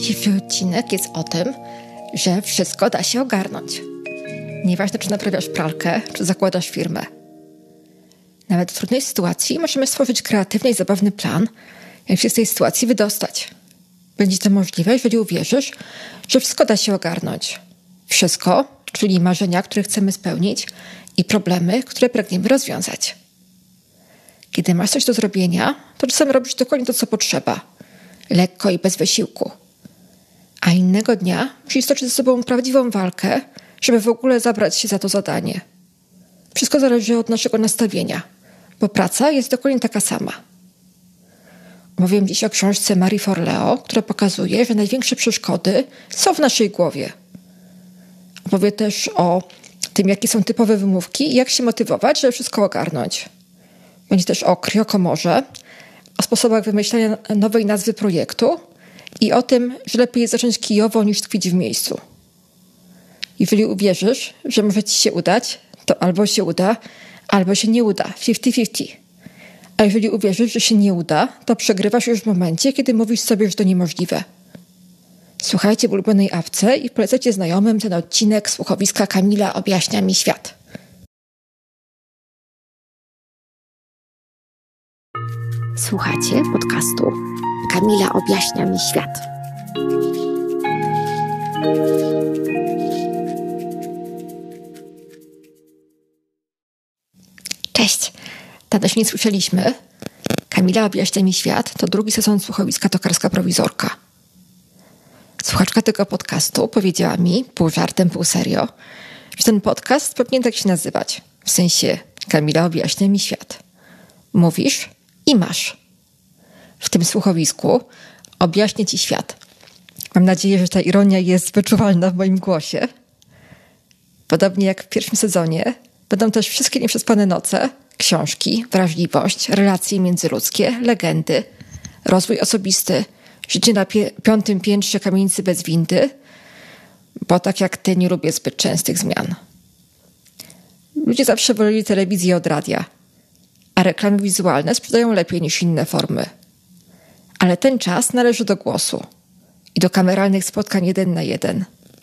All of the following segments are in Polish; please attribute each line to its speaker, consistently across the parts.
Speaker 1: Dzisiejszy odcinek jest o tym, że wszystko da się ogarnąć. Nieważne, czy naprawiasz pralkę, czy zakładasz firmę. Nawet w trudnej sytuacji możemy stworzyć kreatywny i zabawny plan, jak się z tej sytuacji wydostać. Będzie to możliwe, jeżeli uwierzysz, że wszystko da się ogarnąć. Wszystko, czyli marzenia, które chcemy spełnić i problemy, które pragniemy rozwiązać. Kiedy masz coś do zrobienia, to czasem robisz dokładnie to, co potrzeba. Lekko i bez wysiłku. A innego dnia musisz stoczyć ze sobą prawdziwą walkę, żeby w ogóle zabrać się za to zadanie. Wszystko zależy od naszego nastawienia, bo praca jest dokładnie taka sama. Mówię dziś o książce Marie Forleo, która pokazuje, że największe przeszkody są w naszej głowie. Opowie też o tym, jakie są typowe wymówki i jak się motywować, żeby wszystko ogarnąć. Będzie też o kryokomorze, o sposobach wymyślania nowej nazwy projektu i o tym, że lepiej jest zacząć kijowo niż tkwić w miejscu. Jeżeli uwierzysz, że może ci się udać, to albo się uda, albo się nie uda. 50-50. A jeżeli uwierzysz, że się nie uda, to przegrywasz już w momencie, kiedy mówisz sobie, że to niemożliwe. Słuchajcie w ulubionej awce i polecajcie znajomym ten odcinek słuchowiska Kamila objaśnia mi świat. Słuchacie podcastu Kamila objaśnia mi świat. Cześć, dawno się nie słyszeliśmy. Kamila objaśnia mi świat to drugi sezon słuchowiska Tokarska Prowizorka. Słuchaczka tego podcastu powiedziała mi, pół żartem, pół serio, że ten podcast powinien tak się nazywać. W sensie Kamila objaśnia mi świat. Mówisz i masz. W tym słuchowisku objaśnię ci świat. Mam nadzieję, że ta ironia jest wyczuwalna w moim głosie. Podobnie jak w pierwszim sezonie, będą też wszystkie nieprzespane noce, książki, wrażliwość, relacje międzyludzkie, legendy, rozwój osobisty, życie na 5. piętrze kamienicy bez windy, bo tak jak ty nie lubię zbyt częstych zmian. Ludzie zawsze woleli telewizję od radia, a reklamy wizualne sprzedają lepiej niż inne formy. Ale ten czas należy do głosu i do kameralnych spotkań 1 na 1.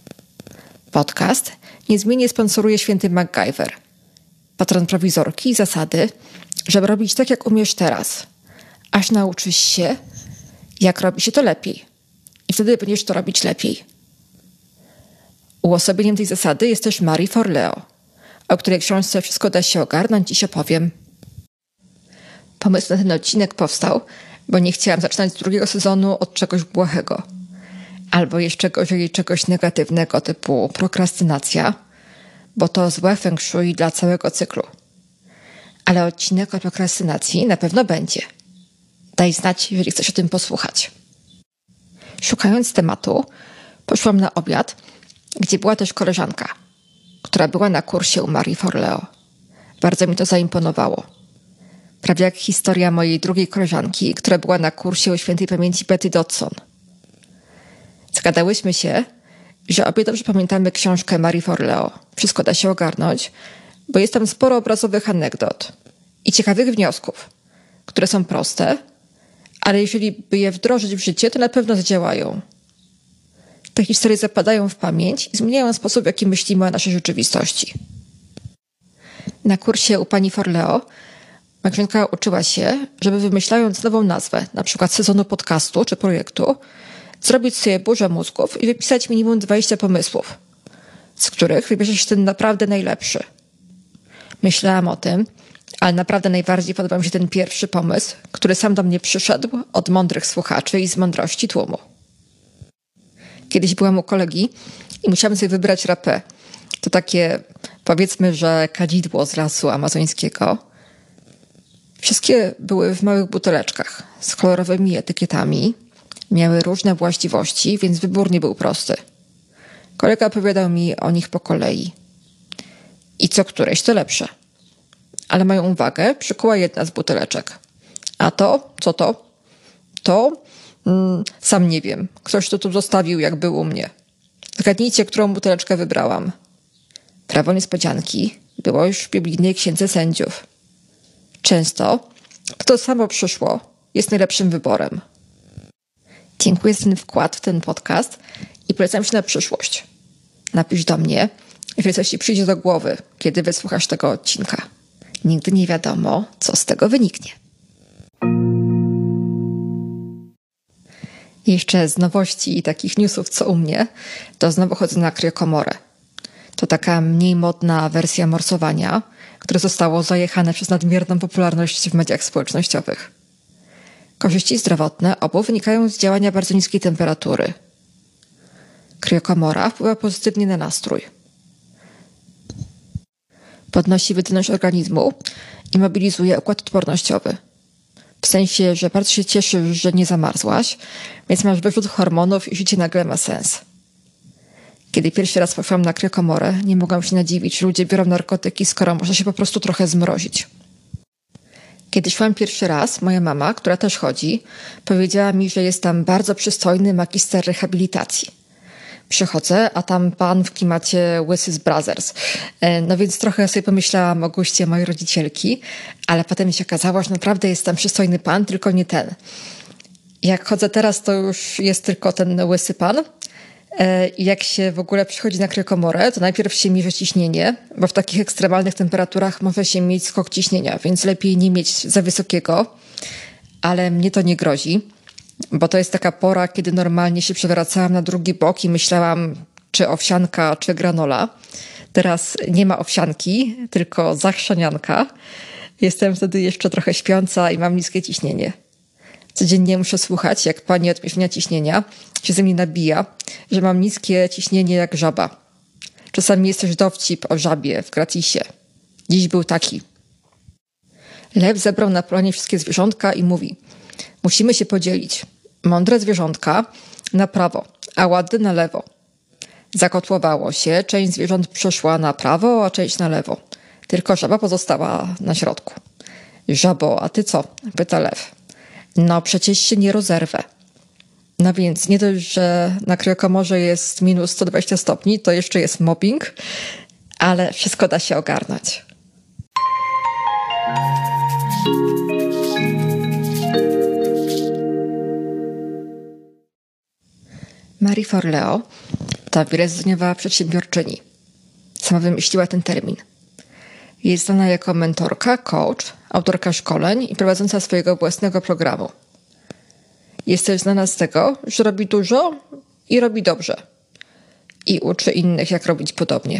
Speaker 1: Podcast niezmiennie sponsoruje święty MacGyver, patron prowizorki i zasady, żeby robić tak, jak umiesz teraz, aż nauczysz się, jak robi się to lepiej. I wtedy będziesz to robić lepiej. Uosobieniem tej zasady jest też Marie Forleo, o której książce Wszystko da się ogarnąć, dziś opowiem. Pomysł na ten odcinek powstał, bo nie chciałam zaczynać drugiego sezonu od czegoś błahego. Albo jeszcze gorzej czegoś negatywnego typu prokrastynacja, bo to złe feng shui dla całego cyklu. Ale odcinek o prokrastynacji na pewno będzie. Daj znać, jeżeli chcesz o tym posłuchać. Szukając tematu, poszłam na obiad, gdzie była też koleżanka, która była na kursie u Marie Forleo. Bardzo mi to zaimponowało. Prawie jak historia mojej drugiej koleżanki, która była na kursie u świętej pamięci Betty Dodson. Zgadałyśmy się, że obie dobrze pamiętamy książkę Marie Forleo. Wszystko da się ogarnąć, bo jest tam sporo obrazowych anegdot i ciekawych wniosków, które są proste, ale jeżeli by je wdrożyć w życie, to na pewno zadziałają. Te historie zapadają w pamięć i zmieniają sposób, w jaki myślimy o naszej rzeczywistości. Na kursie u pani Forleo Magdalena uczyła się, żeby wymyślając nową nazwę, na przykład sezonu podcastu czy projektu, zrobić sobie burzę mózgów i wypisać minimum 20 pomysłów, z których wybierze się ten naprawdę najlepszy. Myślałam o tym, ale naprawdę najbardziej podobał mi się ten pierwszy pomysł, który sam do mnie przyszedł od mądrych słuchaczy i z mądrości tłumu. Kiedyś byłam u kolegi i musiałam sobie wybrać rapé. To takie, powiedzmy, że kadzidło z lasu amazońskiego. Wszystkie były w małych buteleczkach z kolorowymi etykietami. Miały różne właściwości, więc wybór nie był prosty. Kolega opowiadał mi o nich po kolei. I co któreś to lepsze. Ale moją uwagę przykuła jedna z buteleczek. A to? Co to? To? Sam nie wiem. Ktoś to tu zostawił, jak był u mnie. Zgadnijcie, którą buteleczkę wybrałam. Prawo niespodzianki było już w biblijnej księdze sędziów. Często to samo przyszło jest najlepszym wyborem. Dziękuję za ten wkład w ten podcast i polecam się na przyszłość. Napisz do mnie, jeżeli coś ci przyjdzie do głowy, kiedy wysłuchasz tego odcinka. Nigdy nie wiadomo, co z tego wyniknie. Jeszcze z nowości i takich newsów, co u mnie, to znowu chodzę na kryokomorę. To taka mniej modna wersja morsowania, które zostało zajechane przez nadmierną popularność w mediach społecznościowych. Korzyści zdrowotne obu wynikają z działania bardzo niskiej temperatury. Kryokomora wpływa pozytywnie na nastrój. Podnosi wydolność organizmu i mobilizuje układ odpornościowy. W sensie, że bardzo się cieszysz, że nie zamarzłaś, więc masz wyrzut hormonów i życie nagle ma sens. Kiedy pierwszy raz poszłam na kryokomorę, nie mogłam się nadziwić, że ludzie biorą narkotyki, skoro można się po prostu trochę zmrozić. Kiedy szłam pierwszy raz, moja mama, która też chodzi, powiedziała mi, że jest tam bardzo przystojny magister rehabilitacji. Przychodzę, a tam pan w klimacie łysy z Brothers. No więc trochę sobie pomyślałam o guście mojej rodzicielki, ale potem się okazało, że naprawdę jest tam przystojny pan, tylko nie ten. Jak chodzę teraz, to już jest tylko ten łysy pan. I jak się w ogóle przychodzi na kryokomorę, to najpierw się mierzy ciśnienie, bo w takich ekstremalnych temperaturach może się mieć skok ciśnienia, więc lepiej nie mieć za wysokiego, ale mnie to nie grozi, bo to jest taka pora, kiedy normalnie się przewracałam na drugi bok i myślałam, czy owsianka, czy granola. Teraz nie ma owsianki, tylko zachrzanianka. Jestem wtedy jeszcze trochę śpiąca i mam niskie ciśnienie. Codziennie muszę słuchać, jak pani od mierzenia ciśnienia się ze mnie nabija, że mam niskie ciśnienie jak żaba. Czasami jest też dowcip o żabie w gratisie. Dziś był taki. Lew zebrał na planie wszystkie zwierzątka i mówi: musimy się podzielić. Mądre zwierzątka na prawo, a ładne na lewo. Zakotłowało się, część zwierząt przeszła na prawo, a część na lewo. Tylko żaba pozostała na środku. Żabo, a ty co? Pyta lew. No przecież się nie rozerwę. No więc nie dość, że na kryokomorze jest minus 120 stopni, to jeszcze jest mobbing, ale wszystko da się ogarnąć. Marie Forleo to wielozadaniowa przedsiębiorczyni. Sama wymyśliła ten termin. Jest znana jako mentorka, coach, autorka szkoleń i prowadząca swojego własnego programu. Jest też znana z tego, że robi dużo i robi dobrze. I uczy innych, jak robić podobnie.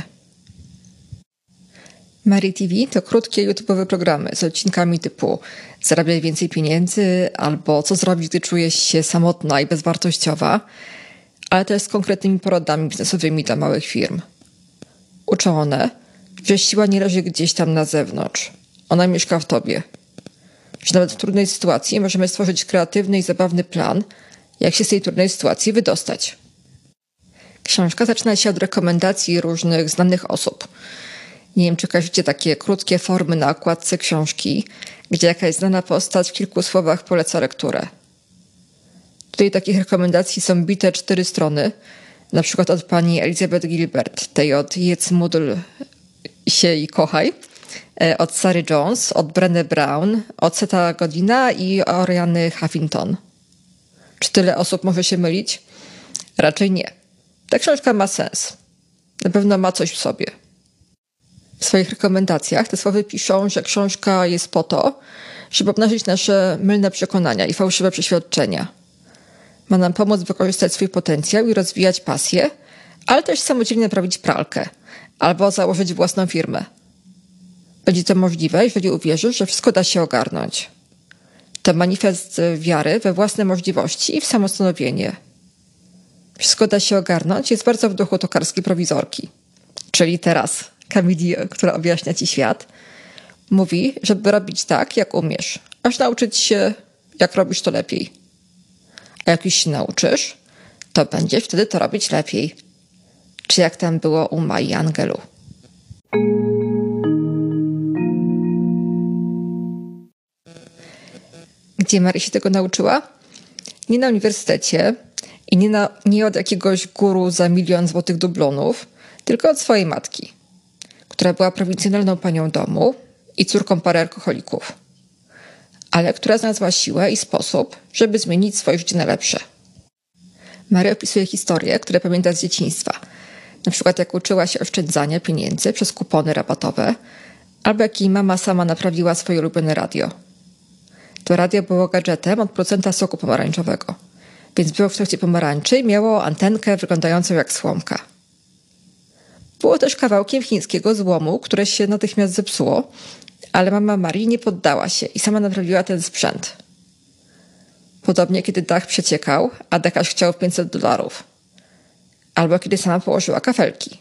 Speaker 1: Marie TV to krótkie YouTube'owe programy z odcinkami typu Zarabiaj więcej pieniędzy albo Co zrobić, gdy czujesz się samotna i bezwartościowa, ale też z konkretnymi poradami biznesowymi dla małych firm. Uczą one, że siła nie leży gdzieś tam na zewnątrz. Ona mieszka w tobie. Że nawet w trudnej sytuacji możemy stworzyć kreatywny i zabawny plan, jak się z tej trudnej sytuacji wydostać. Książka zaczyna się od rekomendacji różnych znanych osób. Nie wiem, czy kojarzycie takie krótkie formy na okładce książki, gdzie jakaś znana postać w kilku słowach poleca lekturę. Tutaj takich rekomendacji są bite 4 strony, na przykład od pani Elizabeth Gilbert, tej od Jedz, módl się i kochaj, od Sary Jones, od Brené Brown, od Setha Godina i Oriany Huffington. Czy tyle osób może się mylić? Raczej nie. Ta książka ma sens. Na pewno ma coś w sobie. W swoich rekomendacjach te słowy piszą, że książka jest po to, żeby obnażyć nasze mylne przekonania i fałszywe przeświadczenia. Ma nam pomóc wykorzystać swój potencjał i rozwijać pasję, ale też samodzielnie naprawić pralkę albo założyć własną firmę. Będzie to możliwe, jeżeli uwierzysz, że wszystko da się ogarnąć. To manifest wiary we własne możliwości i w samostanowienie. Wszystko da się ogarnąć jest bardzo w duchu tokarskiej prowizorki. Czyli teraz Kamili, która objaśnia ci świat, mówi, żeby robić tak, jak umiesz, aż nauczyć się, jak robisz to lepiej. A jak już się nauczysz, to będziesz wtedy to robić lepiej. Czy jak tam było u Mai Angelu. Gdzie Maria się tego nauczyła? Nie na uniwersytecie i nie od jakiegoś guru za 1 000 000 złotych dublonów, tylko od swojej matki, która była prowincjonalną panią domu i córką pary alkoholików, ale która znalazła siłę i sposób, żeby zmienić swoje życie na lepsze. Maria opisuje historie, które pamięta z dzieciństwa. Na przykład jak uczyła się oszczędzania pieniędzy przez kupony rabatowe, albo jak jej mama sama naprawiła swoje ulubione radio. To radio było gadżetem od producenta soku pomarańczowego, więc było w kształcie pomarańczy i miało antenkę wyglądającą jak słomka. Było też kawałkiem chińskiego złomu, które się natychmiast zepsuło, ale mama Marii nie poddała się i sama naprawiła ten sprzęt. Podobnie kiedy dach przeciekał, a dekarz chciał $500. Albo kiedy sama położyła kafelki.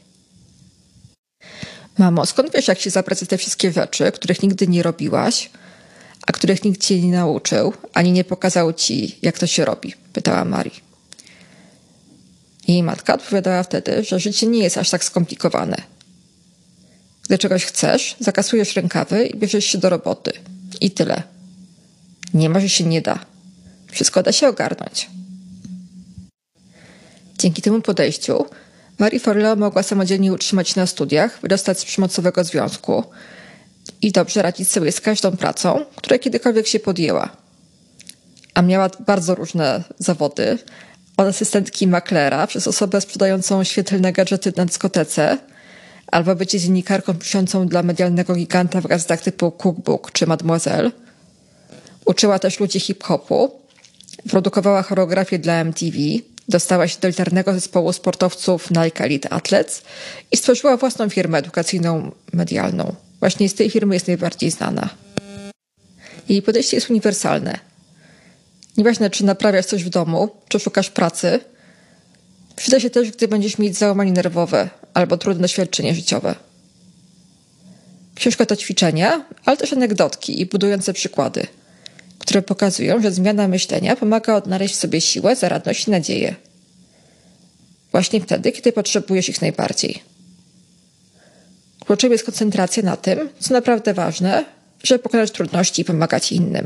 Speaker 1: Mamo, skąd wiesz, jak się zabrać za te wszystkie rzeczy, których nigdy nie robiłaś, a których nikt cię nie nauczył, ani nie pokazał ci, jak to się robi? Pytała Marii. Jej matka odpowiadała wtedy, że życie nie jest aż tak skomplikowane. Gdy czegoś chcesz, zakasujesz rękawy i bierzesz się do roboty. I tyle. Nie ma, że się nie da. Wszystko da się ogarnąć. Dzięki temu podejściu Marie Forleo mogła samodzielnie utrzymać się na studiach, wydostać z przymocowego związku i dobrze radzić sobie z każdą pracą, której kiedykolwiek się podjęła. A miała bardzo różne zawody. Od asystentki maklera, przez osobę sprzedającą świetlne gadżety na dyskotece, albo bycie dziennikarką piszącą dla medialnego giganta w gazetach typu Cookbook czy Mademoiselle. Uczyła też ludzi hip-hopu, produkowała choreografię dla MTV, dostała się do elitarnego zespołu sportowców Nike Elite Athletes i stworzyła własną firmę edukacyjną medialną. Właśnie z tej firmy jest najbardziej znana. Jej podejście jest uniwersalne. Nieważne, czy naprawiasz coś w domu, czy szukasz pracy, przyda się też, gdy będziesz mieć załamanie nerwowe albo trudne doświadczenie życiowe. Książka to ćwiczenia, ale też anegdotki i budujące przykłady, które pokazują, że zmiana myślenia pomaga odnaleźć w sobie siłę, zaradność i nadzieję. Właśnie wtedy, kiedy potrzebujesz ich najbardziej. Kluczem jest koncentracja na tym, co naprawdę ważne, żeby pokonać trudności i pomagać innym.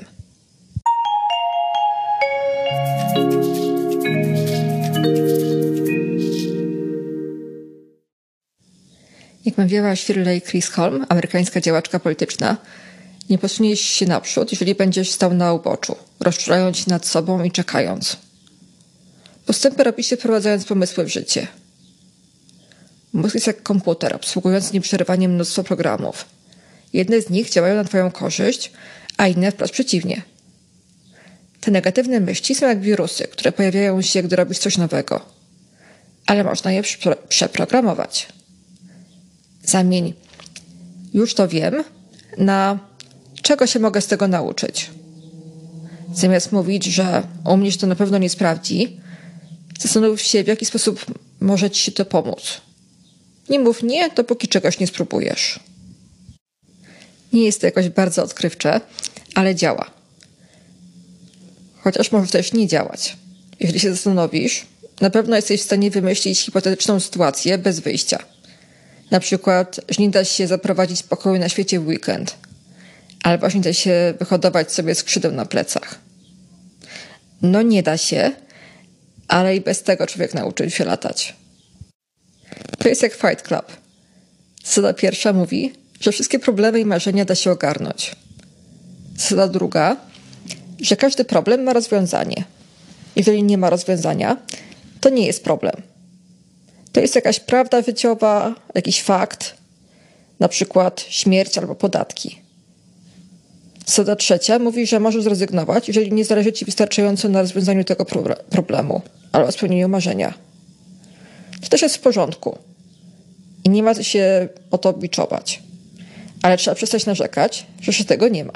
Speaker 1: Jak mawiała Shirley Chisholm, amerykańska działaczka polityczna, nie posuniesz się naprzód, jeżeli będziesz stał na uboczu, rozczulając się nad sobą i czekając. Postępy robi się wprowadzając pomysły w życie. Mózg jest jak komputer, obsługując nieprzerwanie mnóstwo programów. Jedne z nich działają na twoją korzyść, a inne wprost przeciwnie. Te negatywne myśli są jak wirusy, które pojawiają się, gdy robisz coś nowego. Ale można je przeprogramować. Zamień już to wiem na czego się mogę z tego nauczyć. Zamiast mówić, że u mnie się to na pewno nie sprawdzi, zastanów się, w jaki sposób może ci się to pomóc. Nie mów nie, dopóki czegoś nie spróbujesz. Nie jest to jakoś bardzo odkrywcze, ale działa. Chociaż może też nie działać. Jeżeli się zastanowisz, na pewno jesteś w stanie wymyślić hipotetyczną sytuację bez wyjścia. Na przykład, że nie da się zaprowadzić pokoju na świecie w weekend. Albo że nie da się wyhodować sobie skrzydeł na plecach. No nie da się, ale i bez tego człowiek nauczył się latać. To jest jak Fight Club. Zasada pierwsza mówi, że wszystkie problemy i marzenia da się ogarnąć. Zasada druga, że każdy problem ma rozwiązanie. Jeżeli nie ma rozwiązania, to nie jest problem. To jest jakaś prawda życiowa, jakiś fakt, na przykład śmierć albo podatki. Zasada trzecia mówi, że możesz zrezygnować, jeżeli nie zależy ci wystarczająco na rozwiązaniu tego problemu albo spełnieniu marzenia. To też jest w porządku i nie ma się o to biczować. Ale trzeba przestać narzekać, że się tego nie ma.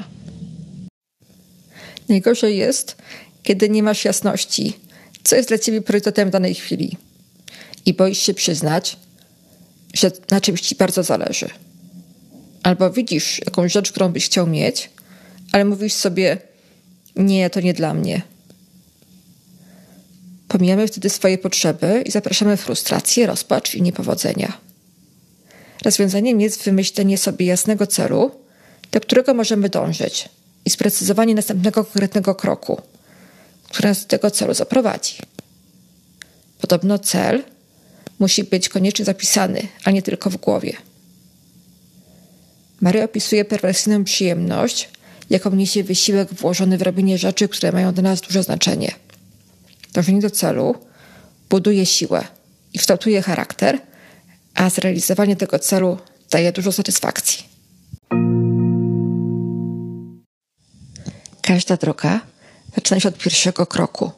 Speaker 1: Najgorzej jest, kiedy nie masz jasności, co jest dla ciebie priorytetem w danej chwili i boisz się przyznać, że na czymś ci bardzo zależy. Albo widzisz jakąś rzecz, którą byś chciał mieć, ale mówisz sobie, nie, to nie dla mnie. Pomijamy wtedy swoje potrzeby i zapraszamy frustrację, rozpacz i niepowodzenia. Rozwiązaniem jest wymyślenie sobie jasnego celu, do którego możemy dążyć i sprecyzowanie następnego konkretnego kroku, który nas do tego celu zaprowadzi. Podobno cel musi być koniecznie zapisany, a nie tylko w głowie. Maria opisuje perwersyjną przyjemność, jaką niesie wysiłek włożony w robienie rzeczy, które mają dla nas duże znaczenie. Dążenie do celu buduje siłę i kształtuje charakter, a zrealizowanie tego celu daje dużo satysfakcji. Każda droga zaczyna się od pierwszego kroku.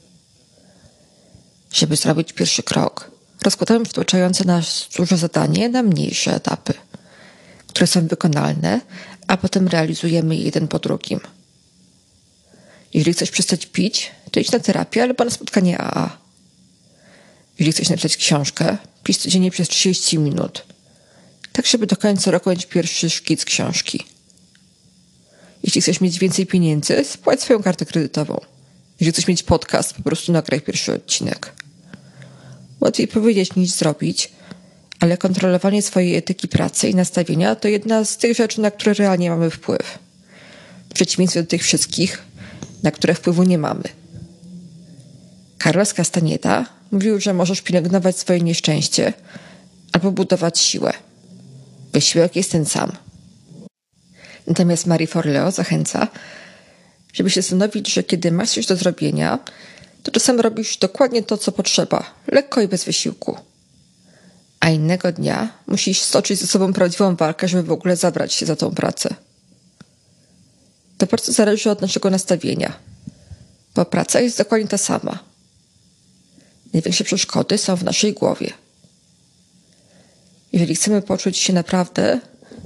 Speaker 1: Żeby zrobić pierwszy krok, rozkładamy przytłaczające nas duże zadanie na mniejsze etapy, które są wykonalne, a potem realizujemy je jeden po drugim. Jeżeli chcesz przestać pić, to idź na terapię albo na spotkanie AA. Jeżeli chcesz napisać książkę, pisz codziennie przez 30 minut, tak żeby do końca roku mieć pierwszy szkic książki. Jeśli chcesz mieć więcej pieniędzy, spłać swoją kartę kredytową. Jeśli chcesz mieć podcast, po prostu nagraj pierwszy odcinek. Łatwiej powiedzieć niż zrobić, ale kontrolowanie swojej etyki pracy i nastawienia to jedna z tych rzeczy, na które realnie mamy wpływ. W przeciwieństwie do tych wszystkich, na które wpływu nie mamy. Carlos Castaneda mówił, że możesz pielęgnować swoje nieszczęście albo budować siłę. Wysiłek jest ten sam. Natomiast Marie Forleo zachęca, żeby się zastanowić, że kiedy masz coś do zrobienia, to czasem robisz dokładnie to, co potrzeba, lekko i bez wysiłku. A innego dnia musisz stoczyć ze sobą prawdziwą walkę, żeby w ogóle zabrać się za tą pracę. To bardzo zależy od naszego nastawienia, bo praca jest dokładnie ta sama. Największe przeszkody są w naszej głowie. Jeżeli chcemy poczuć się naprawdę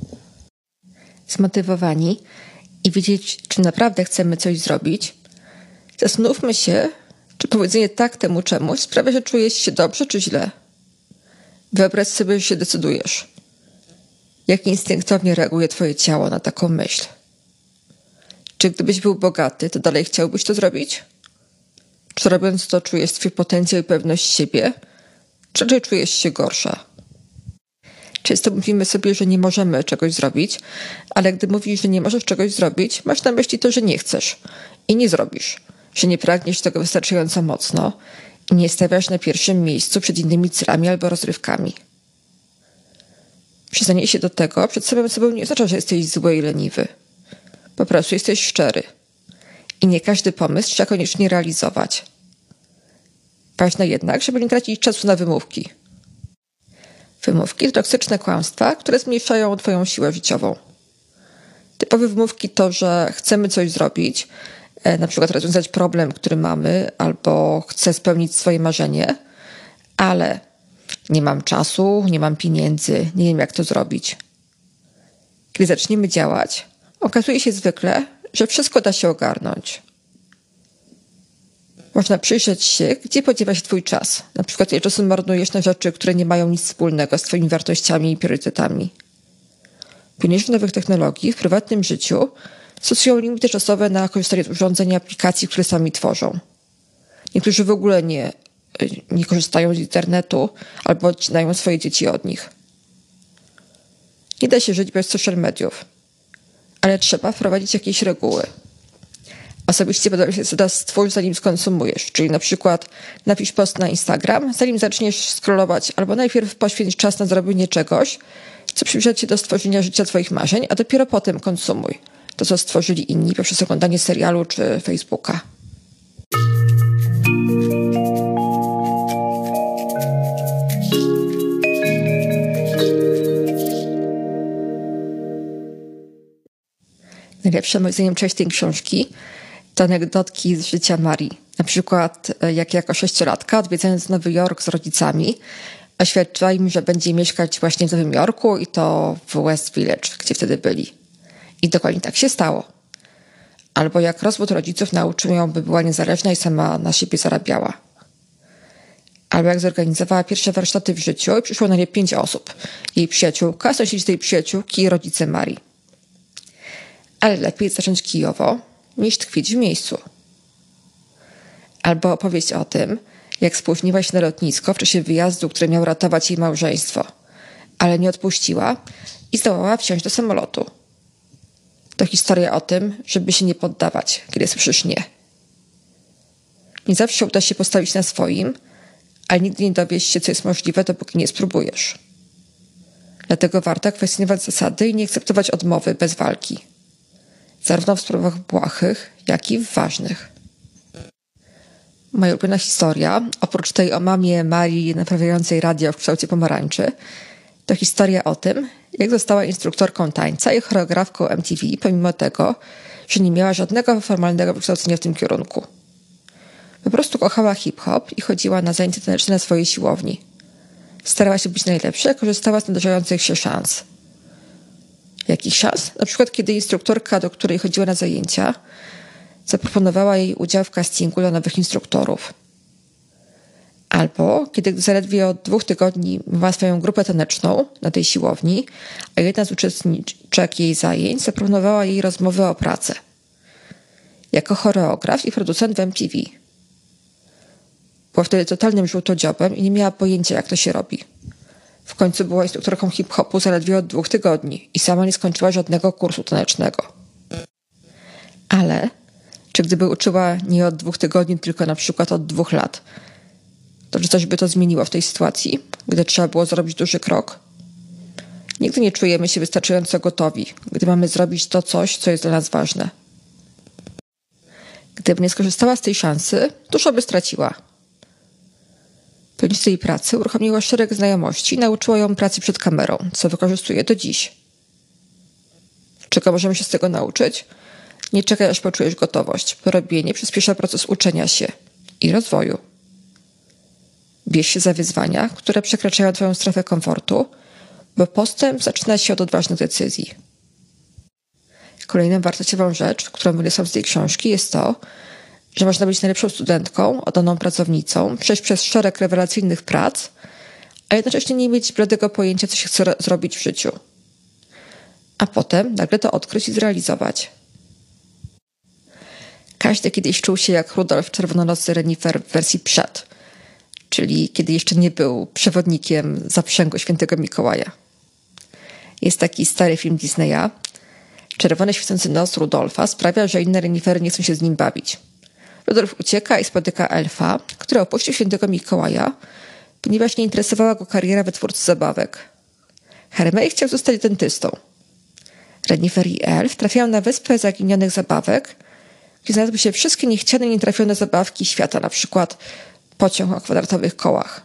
Speaker 1: zmotywowani i wiedzieć, czy naprawdę chcemy coś zrobić, zastanówmy się, czy powiedzenie tak temu czemuś sprawia, że czujesz się dobrze czy źle. Wyobraź sobie, że się decydujesz. Jak instynktownie reaguje twoje ciało na taką myśl? Czy gdybyś był bogaty, to dalej chciałbyś to zrobić? Czy robiąc to czujesz swój potencjał i pewność siebie? Czy raczej czujesz się gorsza? Często mówimy sobie, że nie możemy czegoś zrobić, ale gdy mówisz, że nie możesz czegoś zrobić, masz na myśli to, że nie chcesz i nie zrobisz, że nie pragniesz tego wystarczająco mocno i nie stawiasz na pierwszym miejscu przed innymi celami albo rozrywkami. Przyznanie się do tego przed samym sobą nie oznacza, że jesteś zły i leniwy. Po prostu jesteś szczery. I nie każdy pomysł trzeba koniecznie realizować. Ważne jednak, żeby nie tracić czasu na wymówki. Wymówki to toksyczne kłamstwa, które zmniejszają twoją siłę życiową. Typowe wymówki to, że chcemy coś zrobić, na przykład rozwiązać problem, który mamy, albo chcę spełnić swoje marzenie, ale nie mam czasu, nie mam pieniędzy, nie wiem jak to zrobić. Kiedy zaczniemy działać, okazuje się zwykle, że wszystko da się ogarnąć. Można przyjrzeć się, gdzie podziewa się twój czas. Na przykład ile czasu marnujesz na rzeczy, które nie mają nic wspólnego z twoimi wartościami i priorytetami. Pionierze nowych technologii w prywatnym życiu stosują limity czasowe na korzystanie z urządzeń i aplikacji, które sami tworzą. Niektórzy w ogóle nie korzystają z internetu albo odcinają swoje dzieci od nich. Nie da się żyć bez social mediów, ale trzeba wprowadzić jakieś reguły. Osobiście podoba mi się zasada stwórz zanim skonsumujesz, czyli na przykład napisz post na Instagram, zanim zaczniesz scrollować, albo najpierw poświęć czas na zrobienie czegoś, co przybliża cię do stworzenia życia twoich marzeń, a dopiero potem konsumuj to, co stworzyli inni poprzez oglądanie serialu czy Facebooka. Najlepsza moim zdaniem część tej książki to anegdotki z życia Marii. Na przykład jak jako 6-latka odwiedzając Nowy Jork z rodzicami oświadczyła im, że będzie mieszkać właśnie w Nowym Jorku i to w West Village, gdzie wtedy byli. I dokładnie tak się stało. Albo jak rozwód rodziców nauczył ją, by była niezależna i sama na siebie zarabiała. Albo jak zorganizowała pierwsze warsztaty w życiu i przyszło na nie 5 osób. Jej przyjaciółka, sąsiedzi tej przyjaciółki i rodzice Marii. Ale lepiej zacząć kijowo, niż tkwić w miejscu. Albo opowieść o tym, jak spóźniła się na lotnisko w czasie wyjazdu, który miał ratować jej małżeństwo, ale nie odpuściła i zdołała wsiąść do samolotu. To historia o tym, żeby się nie poddawać, kiedy słyszysz nie. Nie zawsze uda się postawić na swoim, ale nigdy nie dowiesz się, co jest możliwe, dopóki nie spróbujesz. Dlatego warto kwestionować zasady i nie akceptować odmowy bez walki. Zarówno w sprawach błahych, jak i w ważnych. Moja ulubiona historia, oprócz tej o mamie Marii naprawiającej radio w kształcie pomarańczy, to historia o tym, jak została instruktorką tańca i choreografką MTV, pomimo tego, że nie miała żadnego formalnego wykształcenia w tym kierunku. Po prostu kochała hip-hop i chodziła na zajęcia taneczne na swojej siłowni. Starała się być najlepsza, korzystała z nadarzających się szans. Jakich szans? Na przykład kiedy instruktorka, do której chodziła na zajęcia, zaproponowała jej udział w castingu dla nowych instruktorów. Albo kiedy zaledwie od 2 tygodni miała swoją grupę taneczną na tej siłowni, a jedna z uczestniczek jej zajęć zaproponowała jej rozmowę o pracę. Jako choreograf i producent w MTV. Była wtedy totalnym żółtodziobem i nie miała pojęcia, jak to się robi. W końcu była instruktorką hip-hopu zaledwie od 2 tygodni i sama nie skończyła żadnego kursu tanecznego. Ale czy gdyby uczyła nie od 2 tygodni, tylko na przykład od 2 lat, to czy coś by to zmieniło w tej sytuacji, gdy trzeba było zrobić duży krok? Nigdy nie czujemy się wystarczająco gotowi, gdy mamy zrobić to coś, co jest dla nas ważne. Gdyby nie skorzystała z tej szansy, dużo by straciła. Pełnić tej pracy uruchomiła szereg znajomości i nauczyła ją pracy przed kamerą, co wykorzystuje do dziś. Czego możemy się z tego nauczyć? Nie czekaj, aż poczujesz gotowość. Porobienie przyspiesza proces uczenia się i rozwoju. Bierz się za wyzwania, które przekraczają twoją strefę komfortu, bo postęp zaczyna się od odważnych decyzji. Kolejną wartościową rzecz, którą wyniosłam z tej książki, jest to, że można być najlepszą studentką, oddaną pracownicą, przejść przez szereg rewelacyjnych prac, a jednocześnie nie mieć bladego pojęcia, co się chce zrobić w życiu. A potem nagle to odkryć i zrealizować. Każdy kiedyś czuł się jak Rudolf Czerwononosy Renifer w wersji przed, czyli kiedy jeszcze nie był przewodnikiem zaprzęgu świętego Mikołaja. Jest taki stary film Disneya. Czerwony świecący nos Rudolfa sprawia, że inne renifery nie chcą się z nim bawić. Rudolf ucieka i spotyka elfa, który opuścił świętego Mikołaja, ponieważ nie interesowała go kariera wytwórcy zabawek. Hermey chciał zostać dentystą. Renifer i elf trafiają na wyspę zaginionych zabawek, gdzie znalazły się wszystkie niechciane i nietrafione zabawki świata, na przykład pociąg o kwadratowych kołach.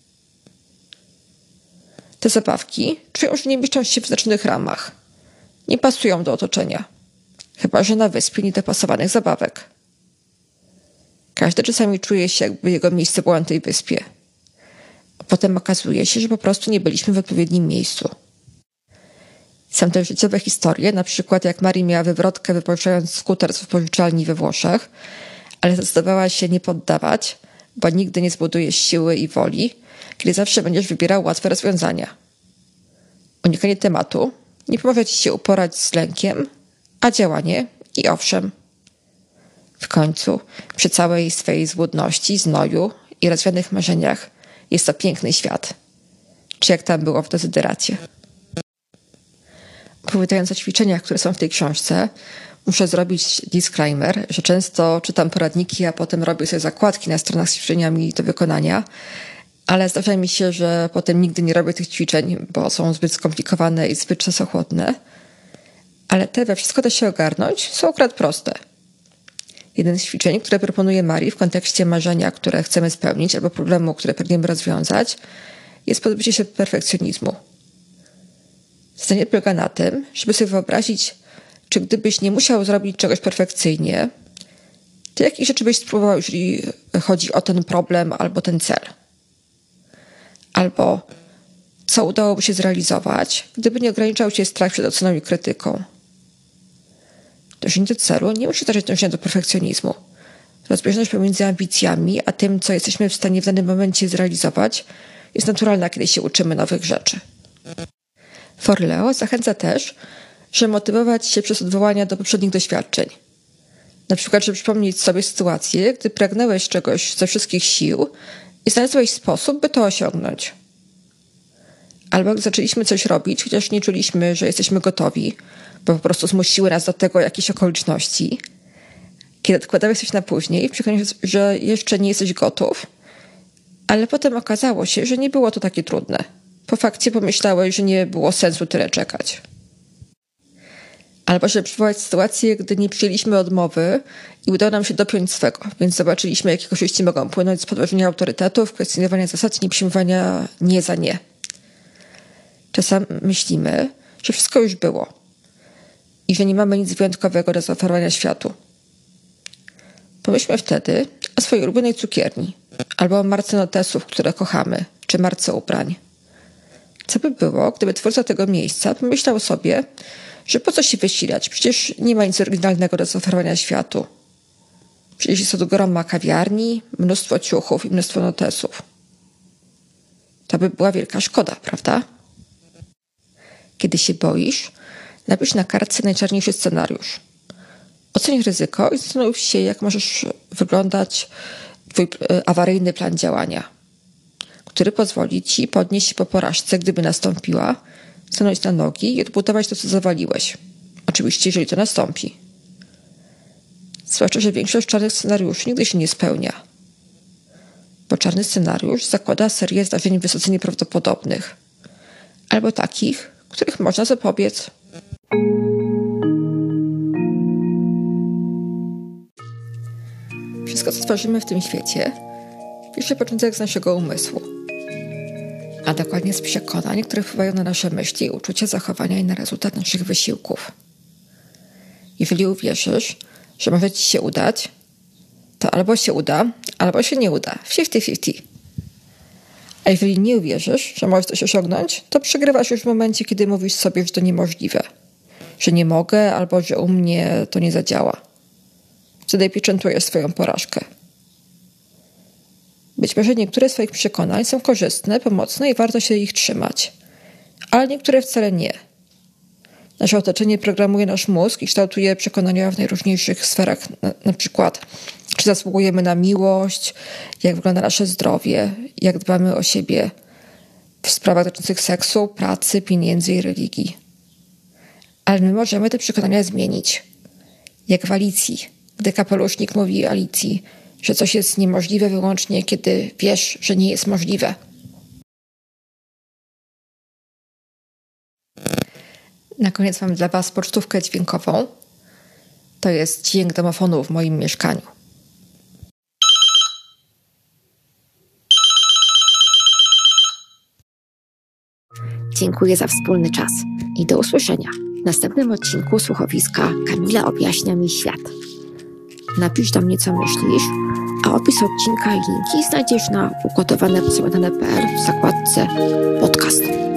Speaker 1: Te zabawki czują, że nie mieszczą się w wyznaczonych ramach. Nie pasują do otoczenia. Chyba że na wyspie niedopasowanych zabawek. Każdy czasami czuje się, jakby jego miejsce było na tej wyspie. A potem okazuje się, że po prostu nie byliśmy w odpowiednim miejscu. Są też życiowe historie, na przykład jak Marii miała wywrotkę wypożyczając skuter z wypożyczalni we Włoszech, ale zdecydowała się nie poddawać, bo nigdy nie zbudujesz siły i woli, kiedy zawsze będziesz wybierał łatwe rozwiązania. Unikanie tematu nie pomoże ci się uporać z lękiem, a działanie i owszem. W końcu, przy całej swej złudności, znoju i rozwianych marzeniach, jest to piękny świat. Czy jak tam było w Dezyderacie? Opowiadając o ćwiczeniach, które są w tej książce, muszę zrobić disclaimer, że często czytam poradniki, a potem robię sobie zakładki na stronach z ćwiczeniami do wykonania, ale zdarza mi się, że potem nigdy nie robię tych ćwiczeń, bo są zbyt skomplikowane i zbyt czasochłonne. Ale te we wszystko da się ogarnąć, są akurat proste. Jeden z ćwiczeń, które proponuje Marii w kontekście marzenia, które chcemy spełnić, albo problemu, który pragniemy rozwiązać, jest pozbycie się perfekcjonizmu. Zadanie polega na tym, żeby sobie wyobrazić, czy gdybyś nie musiał zrobić czegoś perfekcyjnie, to jakich rzeczy byś spróbował, jeżeli chodzi o ten problem albo ten cel? Albo co udałoby się zrealizować, gdyby nie ograniczał cię strach przed oceną i krytyką? Dążenie do celu nie musi znaczyć dążenia do perfekcjonizmu. Rozbieżność pomiędzy ambicjami a tym, co jesteśmy w stanie w danym momencie zrealizować, jest naturalna, kiedy się uczymy nowych rzeczy. Forleo zachęca też, żeby motywować się przez odwołania do poprzednich doświadczeń. Na przykład, żeby przypomnieć sobie sytuację, gdy pragnąłeś czegoś ze wszystkich sił i znalazłeś sposób, by to osiągnąć. Albo gdy zaczęliśmy coś robić, chociaż nie czuliśmy, że jesteśmy gotowi, bo po prostu zmusiły nas do tego jakieś okoliczności. Kiedy odkładałeś coś na później, przekonałeś, że jeszcze nie jesteś gotów, ale potem okazało się, że nie było to takie trudne. Po fakcie pomyślałeś, że nie było sensu tyle czekać. Albo żeby przywołać sytuację, gdy nie przyjęliśmy odmowy i udało nam się dopiąć swego, więc zobaczyliśmy, jakie korzyści mogą płynąć z podważenia autorytetów, kwestionowania zasad i nieprzyjmowania nie za nie. Czasem myślimy, że wszystko już było i że nie mamy nic wyjątkowego do zaoferowania światu. Pomyślmy wtedy o swojej ulubionej cukierni, albo o marce notesów, które kochamy, czy marce ubrań. Co by było, gdyby twórca tego miejsca pomyślał sobie, że po co się wysilać, przecież nie ma nic oryginalnego do zaoferowania światu. Przecież jest od groma kawiarni, mnóstwo ciuchów i mnóstwo notesów. To by była wielka szkoda, prawda? Kiedy się boisz, napisz na kartce najczarniejszy scenariusz. Oceń ryzyko i zastanów się, jak możesz wyglądać twój awaryjny plan działania, który pozwoli ci podnieść się po porażce, gdyby nastąpiła, stanąć na nogi i odbudować to, co zawaliłeś. Oczywiście, jeżeli to nastąpi. Zwłaszcza, że większość czarnych scenariuszy nigdy się nie spełnia. Bo czarny scenariusz zakłada serię zdarzeń wysoce nieprawdopodobnych. Albo takich, których można zapobiec. Wszystko, co tworzymy w tym świecie, bierze początek z naszego umysłu, a dokładnie z przekonań, które wpływają na nasze myśli, uczucia, zachowania i na rezultat naszych wysiłków. Jeżeli uwierzysz, że może ci się udać, to albo się uda, albo się nie uda. 50-50. A jeżeli nie uwierzysz, że możesz coś osiągnąć, to przegrywasz już w momencie, kiedy mówisz sobie, że to niemożliwe, że nie mogę, albo że u mnie to nie zadziała. Wtedy pieczętujesz swoją porażkę. Być może niektóre z swoich przekonań są korzystne, pomocne i warto się ich trzymać, ale niektóre wcale nie. Nasze otoczenie programuje nasz mózg i kształtuje przekonania w najróżniejszych sferach, na przykład czy zasługujemy na miłość, jak wygląda nasze zdrowie, jak dbamy o siebie w sprawach dotyczących seksu, pracy, pieniędzy i religii. Ale my możemy te przekonania zmienić. Jak w Alicji, gdy kapelusznik mówi Alicji, że coś jest niemożliwe wyłącznie, kiedy wiesz, że nie jest możliwe. Na koniec mam dla Was pocztówkę dźwiękową. To jest dźwięk domofonu w moim mieszkaniu.
Speaker 2: Dziękuję za wspólny czas i do usłyszenia w następnym odcinku słuchowiska Kamila objaśnia mi świat. Napisz do mnie, co myślisz, a opis odcinka i linki znajdziesz na ugotowane.pl w zakładce podcast.